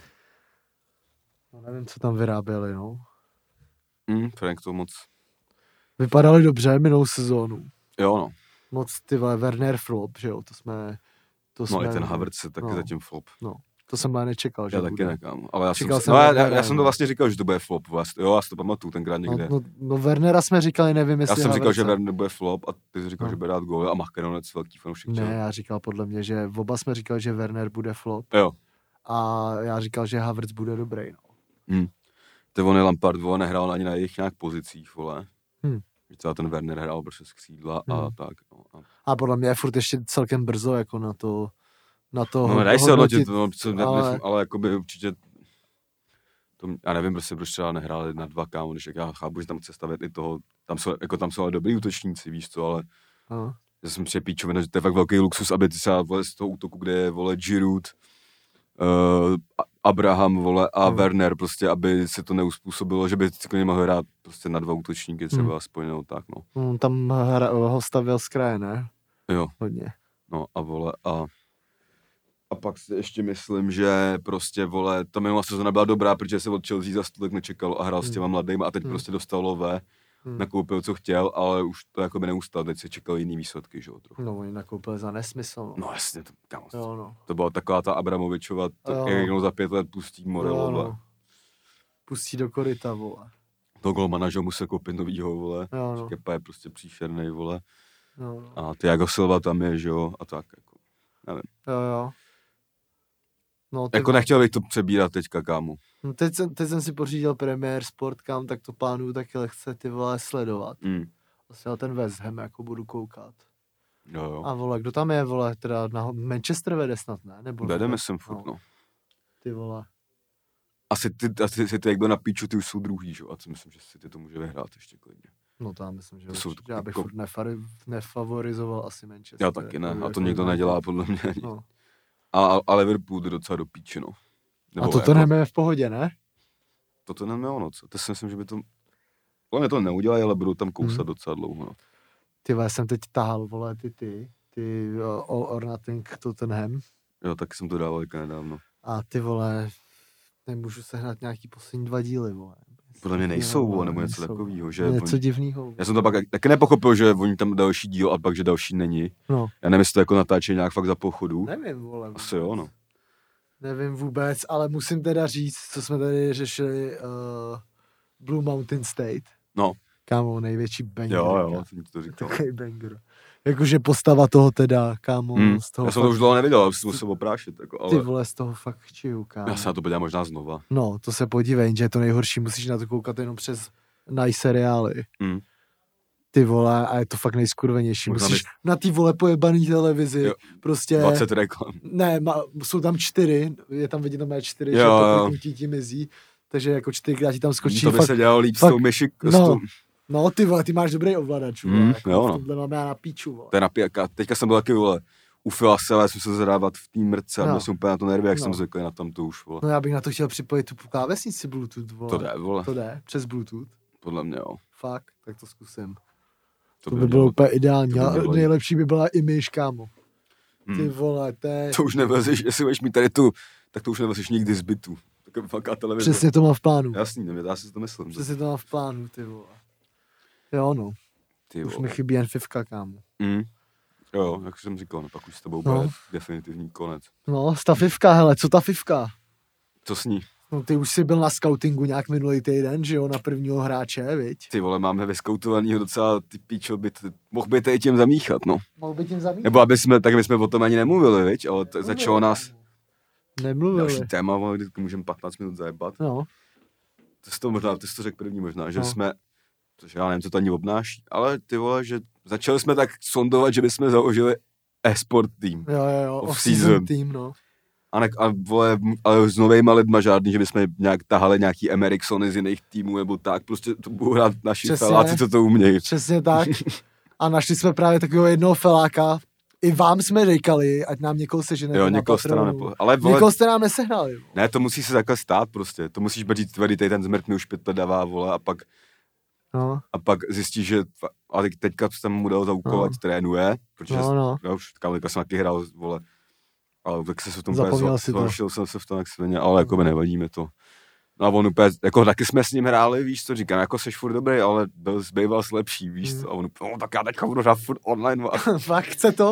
No, nevím, co tam vyráběli, no. Frank to moc... Vypadali dobře minulou sezónu. Jo, no. Moc, ty vole, Werner flop, že jo, to jsme... No i ten Havertz je taky zatím flop. No, to jsem já nečekal, že já taky nekám, ale já jsem to no. vlastně říkal, že to bude flop, vlastně. Jo, já si to pamatuju tenkrát někde. No Wernera jsme říkali, nevím, jestli já jsem říkal, že Werner bude flop a ty jsi říkal, že bude dát gól a Makedonec velký fanoušek. Ne, já říkal podle mě, že oba jsme říkali, že Werner bude flop. Jo. A já říkal, že Havertz bude dobrý, no. Ty on Lampard, vole, nehrál ani na jejich nějak pozicích, vole. Že třeba ten Werner hrál přes křídla a tak. No. A podle mě je furt ještě celkem brzo jako na to no, daj se hodnotit, ale jakoby určitě Já nevím, proč třeba nehráli na 2, kámo, když já chápu, že tam chce stavět i toho, tam jsou ale dobrý útočníci, víš co, ale já jsem přepíčovina, že to je fakt velký luxus, aby třeba vole, z toho útoku, kde je vole Giroud, Abraham, vole, a Werner, prostě, aby se to neuspůsobilo, že by si mohl hrát prostě na 2 útočníky třeba aspoň, nebo tak, no. Tam ho stavěl z kraje, ne? Jo. Hodně. No a vole, a pak si ještě myslím, že prostě, vole, ta minulá sezona byla dobrá, protože se od Chelsea za tolik nečekalo a hrál s těma mladýma a teď prostě dostal Lové, nakoupil, co chtěl, ale už to jako by neustal, teď se čekal jiný výsledky, že jo, trochu. No, oni nakoupili za nesmysl. No jasně, kámo, no. To byla taková ta Abramovičova, jak za 5 let pustí Morelova. No. Pustí do koryta, vole. Toho golmana, že musel koupit novýho, vole. No. Kepa je prostě příšernej, vole. No. A Thiago Silva tam je, že jo, a tak, jako, nevím. Jo. No, jako nechtěl bych to přebírat teďka, kámo. No teď jsem si pořídil Premier Sport, kam, tak to plánuju taky lehce ty vole sledovat. Vlastně ten West Ham jako budu koukat. Jo. A vole, kdo tam je, vole, teda na Manchester vede snad, ne? Nebo vede, myslím, furt, no. Ty vole. Asi ty, jak byl na píču, ty už jsou druhý, že? A si myslím, že si ty to může vyhrát ještě klidně. No to já myslím, že určitě, já bych furt nefavorizoval asi Manchester. Já taky ne, a to nikdo nedělá podle mě. No. A Liverpool jde docela do píči, no. Nebo a to jako, je v pohodě, ne? To nemá ono, co? To si myslím, že by to... Oni to neudělají, ale budou tam kousat docela dlouho, no. Ty vole, jsem teď tahal, vole, ty All or Nothing Tottenham. Jo, tak jsem to dával jako nedávno. A ty vole, nemůžu sehnat nějaký poslední 2 díly, vole. Podle mě nejsou, vole, nebo něco takového, že... Něco divného. Já jsem to pak taky nepochopil, že oni tam další díl a pak, že další není. No. Já nevím, jestli to jako natáčí nějak fakt za pochodu. Nevím, vole. Asi jo, no. Nevím vůbec, ale musím teda říct, co jsme tady řešili, Blue Mountain State. No. Kámo, největší banger. Jo, jsem ti to říkal. Takový banger. Jakože postava toho teda, kámo. Z toho já jsem to už dlouho neviděl, ale jsem musel oprášit. Jako, ale... Ty vole, z toho fakt čiju, kámo. Já se na to podívám možná znova. No, to se podívej, že je to nejhorší, musíš na to koukat jenom přes nice seriály. Ty vole, a je to fakt nejskurvenější. Musíš na ty vole pojebaný televizi, jo. Prostě... 20 reklam. Ne, jsou tam 4, je tam vidět, tam je 4, že to ti mizí, takže jako 4krát ti tam skočí. To by se dělalo líp s tou myši. No, ty vole, ty máš dobrý ovladač, jako jo, no. Tohle máme já na píču, vole. To je napíjaka. Teďka jsem byl taky, vole, u Filase, ale jsem se zadávat v té mrce a byl jsem úplně na to nervy, jak jsem zvyklý na tam to už, vole. No já bych na to chtěl připojit tu klávesnici Bluetooth, vole. To jde, vole. To jde, přes Bluetooth. Podle mě, jo. Fakt, tak to zkusím. To by bylo úplně ideální, ale nejlepší by byla i myš, kámo. Ty vole, to už nevezeš, jestli budeš mít tady tu, tak to už nevezeš nikdy z bytu. Taková televize. Přesně to mám v plánu. Jasný, já si to myslím. Přesně to mám v plánu, ty vole. Jo, no. Už mi chybí jen fivka, kámo. Jo, jak jsem říkal, no pak už s tebou bude definitivní konec. No, ta fivka, hele, co ta fivka? Co s ní? No ty už jsi byl na scoutingu nějak minulý týden, že jo, na prvního hráče, viď? Ty vole, máme vyskautovanýho docela, ty píčo, mohl by tady tím zamíchat, no. Mohl by tím zamíchat? Nebo tak my jsme o tom ani nemluvili, viď, ale začalo nás... Nemluvili. Další téma, kdy můžeme 15 minut zajebat. No. Ty jsi to řekl první možná, že jsme, což já nevím, co to ani obnáší, ale ty vole, že začali jsme tak sondovat, že bychom založili e-sport tým. Jo, off-season tým, no. Ale s novejma lidma žádný, že bychom nějak tahali nějaký Ericssony z jiných týmů, nebo tak, prostě to budou hrát naši feláci, co to umějí. Přesně tak. A našli jsme právě takového jednoho feláka. I vám jsme říkali, ať nám někoho sežene. Jo, někoho jste nám někoho jste nám nesehnali. Vole. Ne, to musí se takhle stát prostě. To musíš říct, tady ten zmrt mi už 5 let dává, vole, a pak zjistíš, že teďka jsem mu dal za úkol, ať trénuje, protože já už teďka jsem taky hrál, vole, ale tak se v tom zhoršil jsem se v tom jak svině, ale jako by nevadí mi to. No a on úplně, jako taky jsme s ním hráli, víš co, říkám, jako seš furt dobrý, ale zbýval lepší, víš co, a on, tak já teďka budu hrát furt online. Fakt chce to?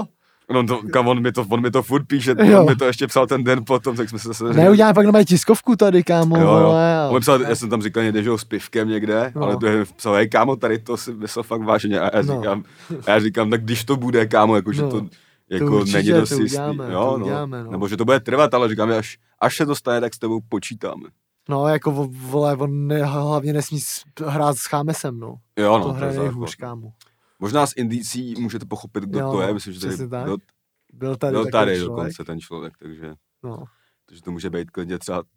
On mi to furt píše, on mi to ještě psal ten den potom, tak jsme se zase... Neuděláme pak na tiskovku tady, kámo, vole. On psal, já jsem tam říkal někde, že ho s pivkem někde, ale to je psal, hej kámo, tady to si myslel fakt vážně, a já říkám, tak když to bude, kámo, jako že to... Jako není dost jistý. Nebo že to bude trvat, ale říkám, až se to stane, tak s tebou počítáme. No, jako vole, on hlavně nesmí hrát s Chámesem, no. Jo, no. To hraje nejhůř, kámo. Možná z indicí můžete pochopit, kdo to je. Myslím, že byl tady dokonce ten člověk, takže to může být klidně třeba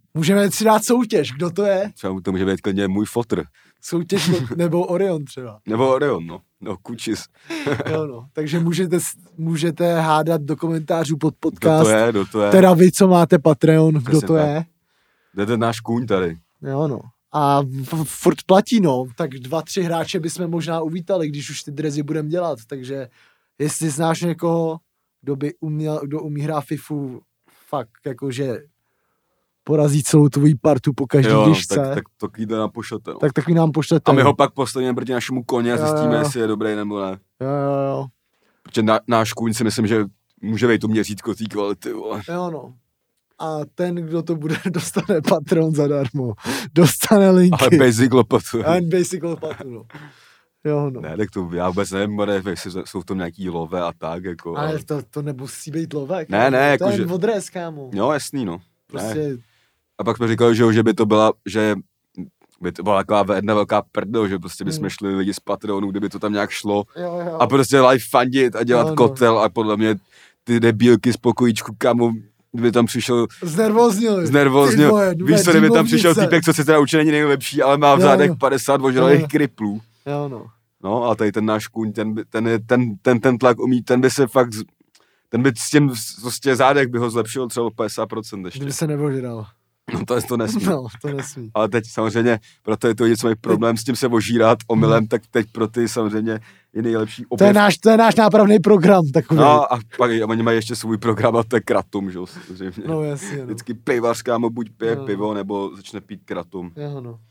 Můžeme si dát soutěž, kdo to je? Třeba to může být klidně můj fotr. Soutěž nebo Orion třeba. Nebo Orion, no Kučis. Jo, no. Takže můžete hádat do komentářů pod podcast. Kdo to je. Teda vy, co máte Patreon, kdo to je. To je ten náš kůň tady. Jo, no. A furt platí, no. Tak 2-3 hráče bychom možná uvítali, když už ty drezy budeme dělat. Takže jestli znáš někoho, kdo umí hrát FIFU, fakt, jakože porazí celou tvojí partu po každý díšce. Tak takový to nám pošlete. No. Tak takový nám pošlete. A my ho pak postavíme proti našemu koni a zjistíme, jestli je dobrý nebo ne. Jo. Protože náš kůň si myslím, že může být to měřítko té kvality. Vole. Jo, no. A ten, kdo to bude, dostane Patreon zadarmo. Dostane linky. Ale basic lopatu. A basic lopatu, no. Jo, no. Ne, tak to já vůbec nevím, jestli jsou to nějaký love a tak, jako. Ale to nemusí být lovek. Ne, jako to je že... odrez, kámo. Jo, jasný, no. Prostě... A pak jsme říkali, že by to byla, že by to byla taková jedna velká prdel, že prostě bychom šli lidi z Patreonu, kdyby to tam nějak šlo. Jo. A prostě live fandit a dělat kotel a podle mě ty debílky z pokojíčku, kamo, kdyby tam přišel... Znervoznil. Víš co, kdyby tam přišel týpek, co se teda určitě není nejlepší, ale má v zádech 50 ožralých kriplů. Jo, no. No a tady ten náš kůň, ten tlak umí, ten by se fakt... Ten by s tím prostě zádech by ho zlepšil třeba o 50% ještě. Kdyby se nevožral. No to nesmí. No, to nesmí. Ale teď samozřejmě, proto je to lidi, co mají problém s tím se ožírat omylem, tak teď pro ty samozřejmě je nejlepší objev. To je náš nápravný program takový. No a pak oni mají ještě svůj program a to je kratum, že jo, samozřejmě. No jasně, no. Vždycky pivař, kámo, buď pije pivo, nebo začne pít kratum. Jo, no.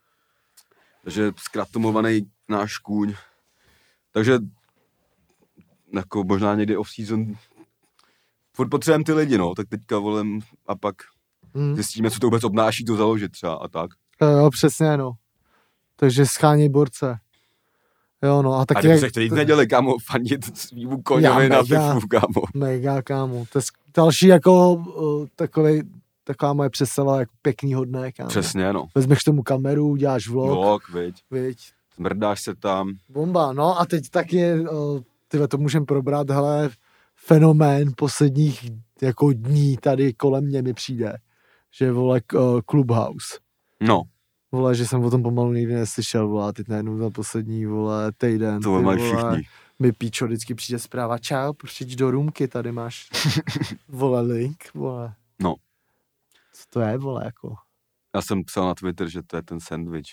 Takže zkratumovaný náš kůň. Takže jako možná někdy off-season furt potřebujeme ty lidi, no, tak teďka volem a pak zjistíme, co to vůbec obnáší to založit třeba a tak. Jo, přesně, no. Takže scháněj borce. Jo, no. A taky... A ty se chtěli jít neděli, kámo, fandit svýmu koňovi na FIFU, kámo. Mega, kámo. To je další jako taková moje představa, jako pěknýho dne, kámo. Přesně, no. Vezmeš k tomu kameru, děláš vlog. Viď. Smrdáš se tam. Bomba, no a teď taky, to můžeme probrat, hele, fenomén posledních jako dní tady kolem mě mi přijde, že vole Clubhouse. No. Vole, že jsem o tom pomalu nikdy neslyšel, vole, teď najednou za poslední, vole, týden. To mají všichni. Mi píčo, vždycky přijde zpráva, čau, přijď do roomky, tady máš, vole, link, vole. No. Co to je, vole, jako? Já jsem psal na Twitter, že to je ten sandwich.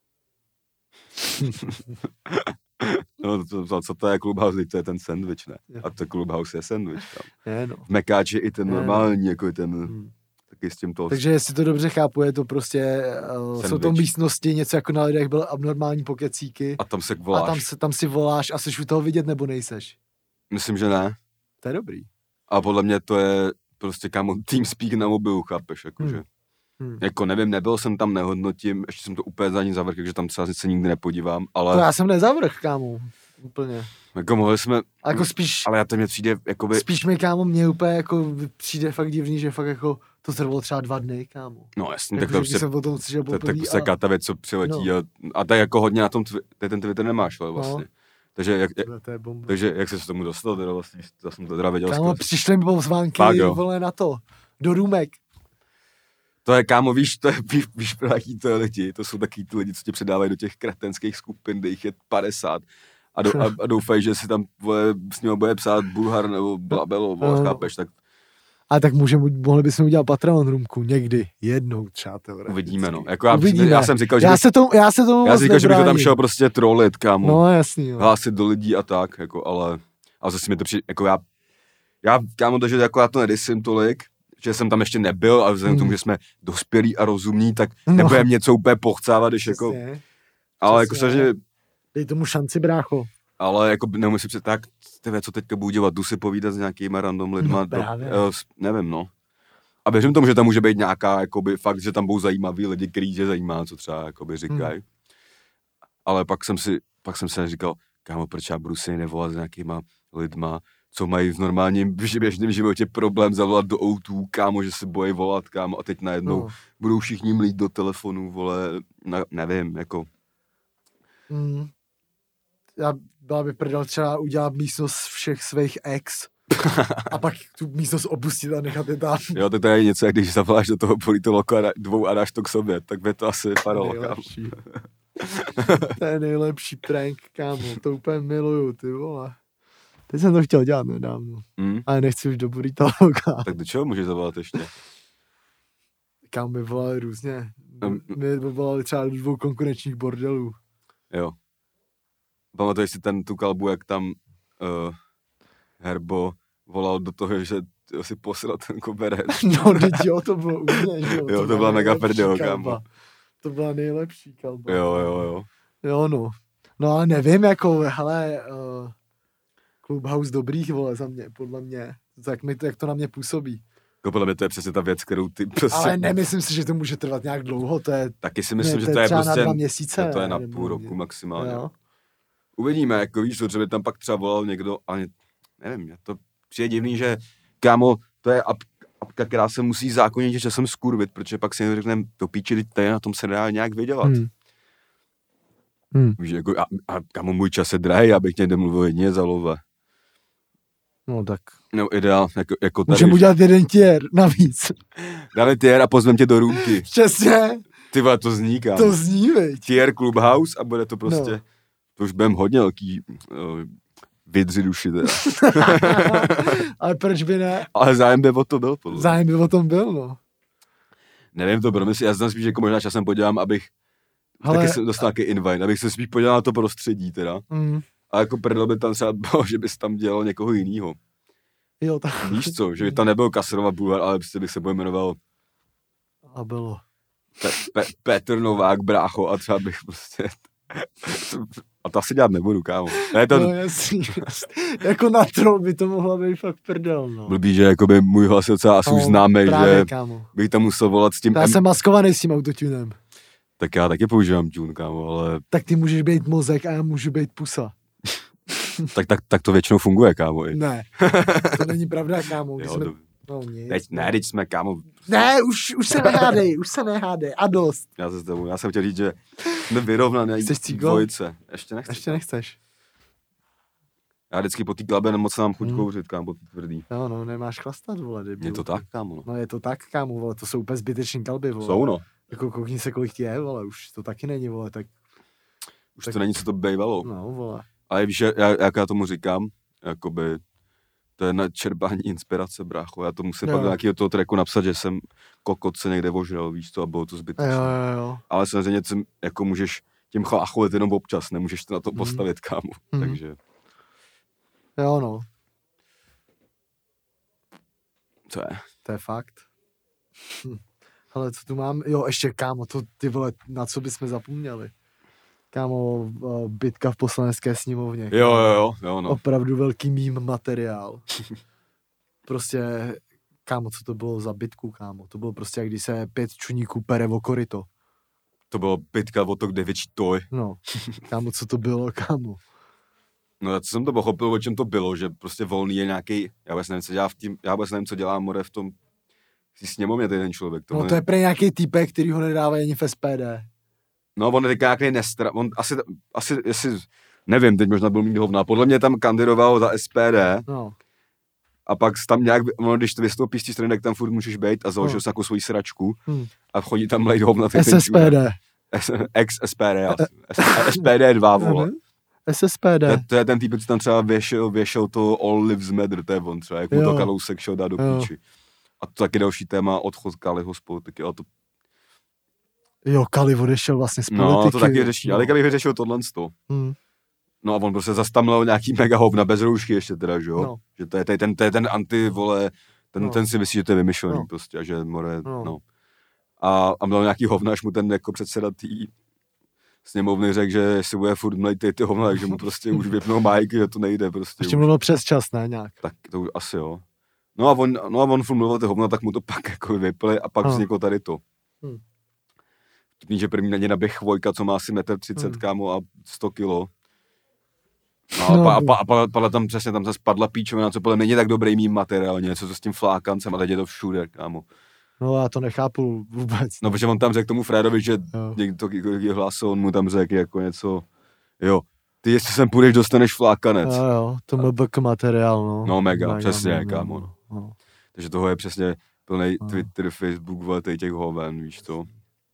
No, co to je Clubhouse, to je ten sandwich, ne? A to Clubhouse je sandwich tam. Je, no. V Mekáči i ten normální, jako ten... Taky s tím Takže jestli to dobře chápu, je to prostě, jsou to místnosti, něco jako na lidech byl abnormální pokecíky. A tam se voláš. A tam si voláš a seš u toho vidět nebo nejseš? Myslím, že ne. To je dobrý. A podle mě to je prostě kámo TeamSpeak na mobilu, chápeš, jakože. Jako nevím, nebyl jsem tam, nehodnotím, ještě jsem to úplně za ní zavrch, takže tam třeba se nikdy nepodívám, ale... To já jsem nezavrch, kámo, úplně. Jako mohli jsme... Jako spíš... Ale já to mě přijde, jakoby... Spíš mi, kámo, mě úplně jako přijde fakt divný, že fakt jako to trvalo třeba 2 dny, kámo. No jasně, jako, tak to prostě... Jsem o tom slyšel poprvé, tak se ta věc, co přiletí no. a tak jako hodně na tom, ten Twitter nemáš, ale vlastně. No. Takže jak se tomu dostal, teda vlastně, já jsem to teda věděl. Kámo, přišli mi pozvánky, vole, na to, do růmek. To je, kámo, víš, pro jaký to je lidi, to jsou taky ty lidi, co tě předávají do těch kretenských skupin, kde jich je 50 a doufají, že si tam s ním bude psát Bulhar nebo Blabelo, chápeš, tak... A tak mohli bychom udělat Patreon roomku někdy, jednou třeba teoreticky. Uvidíme, no. Jako já jsem říkal, že... Já se tomu že bych to tam šel prostě trolit, kámo. No jasný, jo. Hlásit do lidí a tak, jako, ale zase mi to přijde, jako já kámo, takže jako já to nedysím tolik, že jsem tam ještě nebyl, ale vzhledem k tomu, že jsme dospělí a rozumní, tak nebudeme něco úplně pochcávat, když jako... Ale jako se, že... Dej tomu šanci, brácho. Ale jako neumím si představit, tak co teďka budu dělat, jdu si povídat s nějakýma random lidma, nevím, no. A věřím tomu, že tam může být nějaká, jakoby, fakt, že tam budou zajímaví lidi, který je zajímá, co třeba, jakoby, říkají. Ale pak jsem si říkal, kámo, proč já budu si nevolat s nějakýma lidma, co mají v normálním běžném životě problém zavolat do O2, kámo, že se bojí volat, kámo, a teď najednou budou všichni mlít do telefonu, vole, nevím, jako. Já byla by prdel třeba udělat místnost všech svých ex. A pak tu místnost opustit a nechat je tam. Jo, to je něco, jak když zavoláš do toho politologa dvou a dáš to k sobě, tak by to asi vypadalo, kámo. To je nejlepší prank, kámo, to úplně miluju, ty vole. Teď jsem to chtěl dělat nedávno, ale nechci už do politologa. Tak do čeho můžeš zavolat ještě? Kam by volali různě. My volali třeba do 2 konkurenčních bordelů. Jo. Pamatuješ si tu kalbu, jak tam Herbo volal do toho, že si posral ten koberec. No, teď jo, to bylo úplně, že jo. Jo, to byla mega prdel, kámo. To byla nejlepší kalba. Jo. Jo, no. No ale nevím, jako, hele, Clubhouse dobrých, vole, za mě, podle mě. Jak to na mě působí. Jako podle mě to je přesně ta věc, kterou ty prostě... Ale nemyslím si, že to může trvat nějak dlouho, to je... Taky si myslím, že to je prostě... na 2 měsíce. To je na půl roku maximálně. Jo. Uvidíme, jako víš, že by tam pak třeba volal někdo, ale nevím, to přijde divný, že kámo, to je apka, která se musí zákonitě časem skurvit, protože pak si řekneme, to píči, tady na tom se nedá nějak vydělat. Víš, jako, a kámo, můj čas je drahý, abych někde mluvil jedině za love. No tak. No ideál, jako tady. Můžeme udělat jeden tier navíc. Dáme tier a pozvem tě do růmky. Přesně. Ty vole, to zní, kámo. To zní, veď. Tier Clubhouse a bude to prostě, no. To už budeme hodně velký vydři duši teda. Ale proč by ne? Ale zájem by o to byl, podle. Zájem by o tom byl, no. Nevím, to promyslí, já jsem spíš, jako možná časem podívám, abych taky jsem dostal nějaký invite, abych se spíš podíval na to prostředí teda. A jako prdel by tam třeba bylo, že bys tam dělal někoho jinýho. Jo, tak. Víš co, že by tam nebyl Kasarova Bulvar, ale prostě bych se pojmenoval a bylo. Petr Novák, brácho, a třeba bych prostě... A to asi dělat nebudu, kámo. Ne, to... No jasný. Jako na troll by to mohla být fakt prdel, no. Blbý, že jakoby můj hlas je docela asi už známý, že kámo. bych tam musel volat s tím... Já jsem maskovaný s tím autotunem. Tak já taky používám tune, kámo, ale... Tak ty můžeš být mozek a já můžu být pusa. tak to většinou funguje, kámo. I. Ne, to není pravda, kámo. Jo, jsme... No, nic, teď jsme, kámo. Ne, už se nehádej, a dost. Já jsem chtěl říct, že jsme vyrovnaný dvojice. Ještě nechceš. Já vždycky po té klabe moc nám chuť kouřit, kámo, po té tvrdý. Jo, no, nemáš chlastat, vole, debil. Je to tak, kámo, no. No je to tak, kámo, vole, to jsou úplně zbytečný kalby, vole. Jsou, no. Jako koukni se, kolik ti je, vole, už to taky není, vole, tak... Už tak... to není, co to bývalo. No, vole. Ale víš, jak já tomu říkám, jakoby, to je na čerpání inspirace, brácho. Já to musím pak do nějakého toho tracku napsat, že jsem kokot se někde ožral, víš to, a bylo to zbytečné. Jo. Ale samozřejmě jako můžeš tím chlácholit jenom občas, nemůžeš to na to postavit, kámo. Takže... Jo, no. Co je? To je fakt. Ale co tu mám? Jo, ještě, kámo, to ty vole, na co bychom zapomněli? Kámo, bitka v Poslanecké sněmovně. Jo, no. Opravdu velký meme materiál. Prostě, kámo, co to bylo za bitku, kámo? To bylo prostě, jak když se 5 čuníků pere o koryto. To bylo bitka o to, kde větší toj. No, kámo, co to bylo, kámo? No, já jsem to pochopil, o čem to bylo, že prostě Volný je nějaký, já vůbec nevím, co dělá co dělá more v tom sněmovně ten člověk. No, to je pre nějaký týpek, který ho nedávají ani v SPD. No, on je nějaký on asi, jestli, nevím, teď možná byl mít hovna, podle mě tam kandidoval za SPD, no. A pak tam nějak, když to vystoupí z té strany, tak tam furt můžeš být a založil nějakou svoji sračku a chodí tam lejt hovna. SSPD. Ex-SPD, SPD 2, vole. SSPD. To je ten týpek, co tam třeba věšel to All Lives Matter, to je on třeba, jak mu to Kalousek šel dát do píči. A to taky další téma, odchod Kaliho z politiky, ale to... Jo, Kali odešel vlastně z politiky. No, to taky řeší, ale kdybych vyřešil tohle z toho. No a on prostě zastamlel nějaký mega hovna bez roušky ještě teda, že jo? No. Že to je ten anti, vole, ten si myslí, že to je vymyšlený prostě a že more, no. A měl nějaký hovna, až mu ten jako předseda tý sněmovny řekl, že si bude furt mlejt ty hovna, takže mu prostě už vypnul májky, že to nejde prostě. Ještě mluvil přes čas, ne nějak? Tak to už asi jo. No a on furt mluvil ty hovna, tak mu to pak jako vypili a pak vzniklo tady to. Že první na ně naběh Chvojka, co má asi 1,30 m, kámo, a 100 kilo. No, a padla tam přesně, tam se spadla píčovina, co podle mě není tak dobrý mým materiál, něco co s tím flákancem a teď je to všude, kámo. No já to nechápu vůbec. No, protože on tam řekl tomu Frédovi, že někdo hlásil, on mu tam řekl jako něco, jo, Ty, jestli sem půjdeš, dostaneš flákanec. Jo, to MBK materiál, no. No mega, přesně, kámo. No. Takže toho je přesně plný Twitter, Facebook, vole, těch hoven, víš to.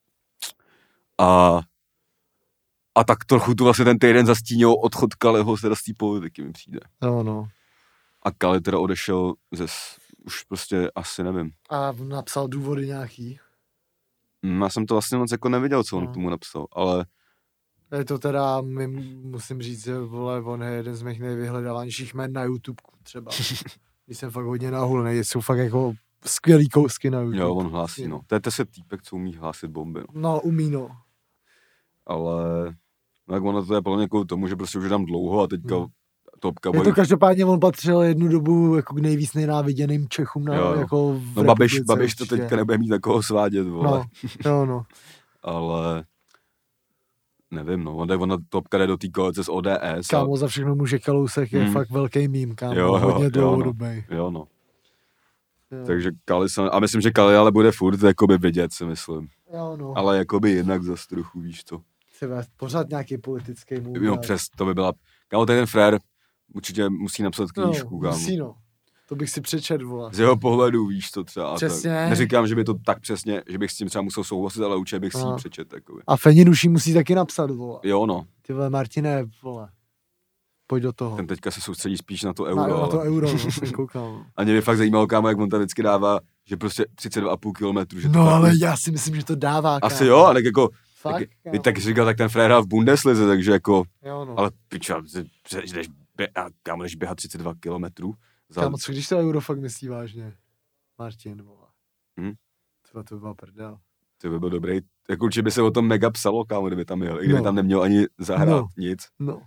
A tak trochu tu vlastně ten týden zastínil odchod Kaliho z té politiky, mi přijde. No. A Kali teda odešel už prostě asi nevím. A napsal důvody nějaký? Já jsem to vlastně moc jako neviděl, co on k tomu napsal, ale... Je to teda, musím říct, že vole, on je jeden z mých nejvyhledávanějších jmen na YouTube třeba. Když jsem fakt hodně nahulený, jsou fakt jako skvělý kousky na YouTube. Jo, on hlásí, no. To je se týpek, co umí hlásit bomby, no. No, umí, no. Ale... No jak ono to je podle mě kvůli tomu, že prostě už je tam dlouho a teďka topka Je to každopádně, on patřil jednu dobu jako k nejvíc nejnáviděným Čechům na, jako v no Babiš to teďka nebude mít takového svádět, vole. No. Ale... Nevím, no. Ona topka jde do té koalice z ODS. Kámo, za všechno může Kalousek je fakt velký mím, kámo. Hodně dlouhodobý. Jo, no. Takže Kali a myslím, že Kali ale bude furt jakoby vidět, si myslím. Jo, no. Ale jakoby jinak za trochu, víš co. Pořád nějaký politický mluv. Jo, to by byla... Kámo, ten frér určitě musí napsat knížku, kámo. Musí, no. To bych si přečetl, vole. Z jeho pohledu, víš to třeba. Přesně. Tak. Neříkám, že by to tak přesně, že bych s tím třeba musel souhlasit, ale určitě bych si ji přečet. Takový. A Feninuší musí taky napsat, vole. Jo, no. Ty vole, Martine, vole. Pojď do toho. Ten teďka se soustředí spíš na to euro. Na to euro, no, jsem koukal. A mě by fakt zajímalo, kámo, jak on tam vždycky dává, že prostě 32,5 kilometrů. Že no, ale já si myslím, že to dává, asi kámo. Jo, ale jako... Fakt, tak říkal, tak ten frér hrál v Bundeslize, takže jako... Jo, no. Ale piča, jdeš běhat 32 kilometrů. Kámo, co když to euro fakt myslí vážně? Martin, vole. To by byla prdel. To by byl dobrý. Jako určitě by se o tom mega psalo, kámo, kdyby tam jel. I kdyby tam neměl ani zahrát nic. No.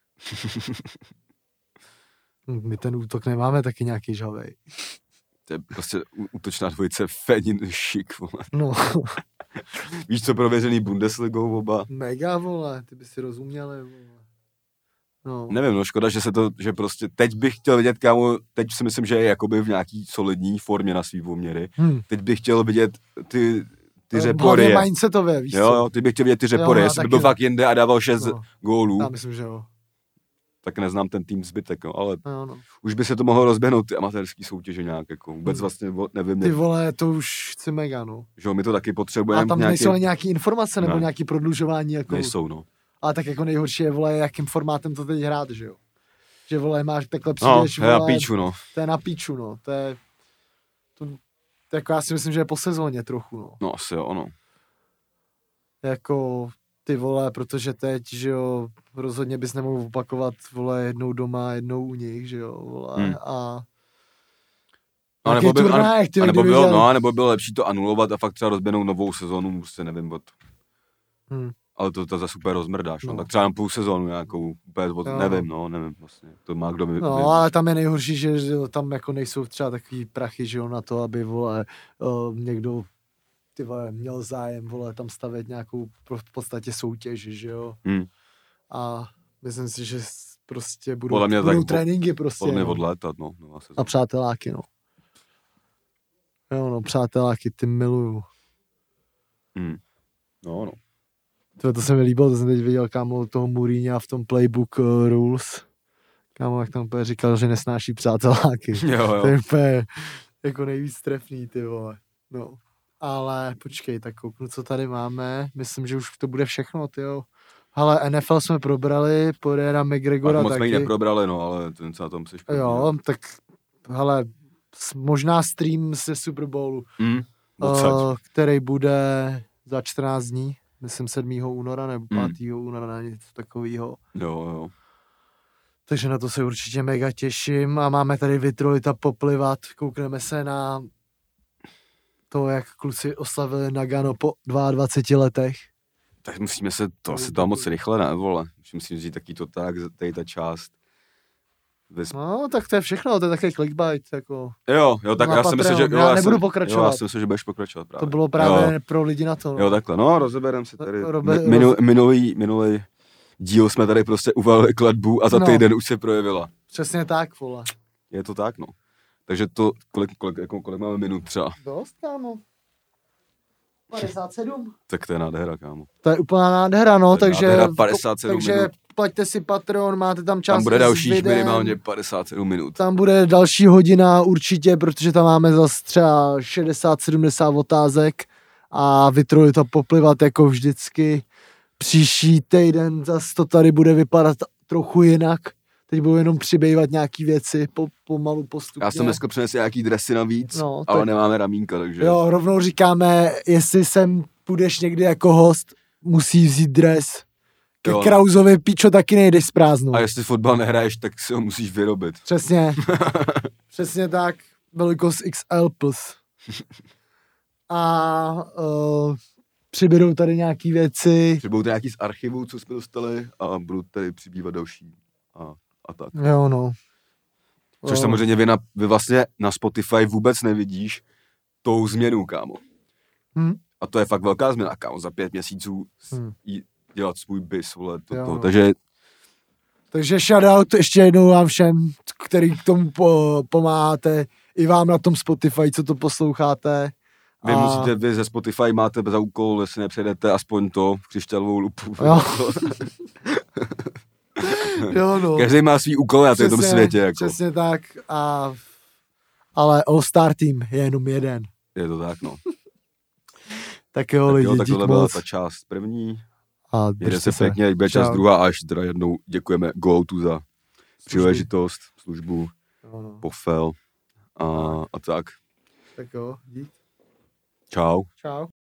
My ten útok nemáme taky nějaký žavej. To je prostě útočná dvojice Fenin Šik, vole. No. Víš co, prověřený Bundesligou oba? Mega, vole, ty by si rozuměli, vole. No. Nevím, no škoda, že prostě teď bych chtěl vidět, kámo, teď si myslím, že je jakoby v nějaký solidní formě na svý poměry. Teď bych chtěl vidět ty řepory. Hlavně mindsetově, víš co? Jo, ty bych chtěl vidět ty řepory, jestli by byl fakt jinde a dával 6 gólů. Já myslím, že jo. Tak neznám ten tým zbytek, no, ale no. Už by se to mohlo rozběhnout ty amatérský soutěže nějak, jako vůbec vlastně nevím. Ty vole, to už chci mega, no. Že my to taky potřebujeme. A tam nejsou nějaký informace nebo nějaký prodlužování, jako. Nejsou, no. A tak jako nejhorší je, vole, jakým formátem to teď hrát, že jo. Že, vole, máš takhle přijdeš, vole. Na píču, no. To je na píču, no. To jako já si myslím, že je po sezóně trochu, no. No asi jo, no. Jako ty vole, protože teď, že jo, rozhodně bys nemohl opakovat, vole, jednou doma, jednou u nich, že jo, vole, a nebo bylo lepší to anulovat a fakt třeba rozběhnout novou sezónu, prostě nevím, ale to zase super rozmrdáš, no. Tak třeba na půl sezónu nějakou, nevím vlastně, to má kdo ale tam je nejhorší, že tam jako nejsou třeba takový prachy, že jo, na to, aby, vole, někdo, ty vole, měl zájem, vole, tam stavět nějakou v podstatě soutěž, že jo. A myslím si, že prostě budou tréninky prostě. Podle mě odlétat, no. A přáteláky, no. Jo, no, přáteláky, ty miluju. No. To se mi líbilo, to jsem teď viděl, kámo, toho Mourinha v tom Playbook Rules. Kámo, jak tam úplně říkal, že nesnáší přáteláky. Jo. To je úplně jako nejvíc trefný, ty vole. No. Ale počkej, tak kouknu, co tady máme. Myslím, že už to bude všechno, tyjo. Hele, NFL jsme probrali, Poiriera, McGregora taky. Moc jsme ji neprobrali, no, ale ten se na tom seš. Jo, tak hele, možná stream ze Super Bowlu, který bude za 14 dní, myslím 7. února nebo 5. února, na něco takového. Jo. Takže na to se určitě mega těším a máme tady Vitrolita poplivat, koukneme se na to, jak kluci oslavili Nagano po 22 letech. Tak musíme se, to asi dá moc rychle, ne, vole. Musím říct taky to tak, tady ta část. No, tak to je všechno, to je takový clickbait, jako. Jo, tak já si myslím, že... Já nebudu pokračovat. Já si myslím, že budeš pokračovat právě. To bylo právě pro lidi na to. No. Jo, takhle, no, rozebereme si tady. Minulý díl jsme tady prostě uvalili kladbu a za týden už se projevila. Přesně tak, vole. Je to tak, no. Takže to, kolik máme minut třeba? Dost, kámo. 57. Tak to je nádhera, kámo. To je úplná nádhera, no, takže 57 takže minut. plaťte si Patreon, máte tam část. Tam bude dalších minimálně 57 minut. Tam bude další hodina určitě, protože tam máme zase třeba 60-70 otázek a vytrojit to poplivat jako vždycky. Příští týden zase to tady bude vypadat trochu jinak. Teď budou jenom přibývat nějaký věci pomalu postupně. Já jsem dneska přinesl nějaký dresy navíc, no, ale nemáme ramínka, takže... Jo, rovnou říkáme, jestli sem půjdeš někdy jako host, musí vzít dres. Ke Krausovi, píčo, taky nejdeš z prázdnou. A jestli fotbal nehraješ, tak si ho musíš vyrobit. Přesně. Přesně tak. Velikost XL+. A přibydou tady nějaký věci. Přibydou tady nějaký z archivu, co jsme dostali a budou tady přibývat další a tak. Jo, no. Což samozřejmě vy vlastně na Spotify vůbec nevidíš tou změnu, kámo. A to je fakt velká změna, kámo. Za 5 měsíců dělat svůj bis, vole, toto. Takže shoutout ještě jednou vám všem, který k tomu pomáháte, i vám na tom Spotify, co to posloucháte. Vy ze Spotify máte za úkol, jestli nepřejdete aspoň to v křišťálovou lupu. Jo. Jo, no. Každý má svý úkol na tom světě. Jako. Přesně tak. Ale All Star Team je jenom jeden. Je to tak, no. Tak jo, lidi, tak tohle byla ta část první. A jede se pěkně, bude část druhá, až teda jednou děkujeme GoTo za příležitost, službu, pofel a tak. Tak jo, dík. Čau. Čau.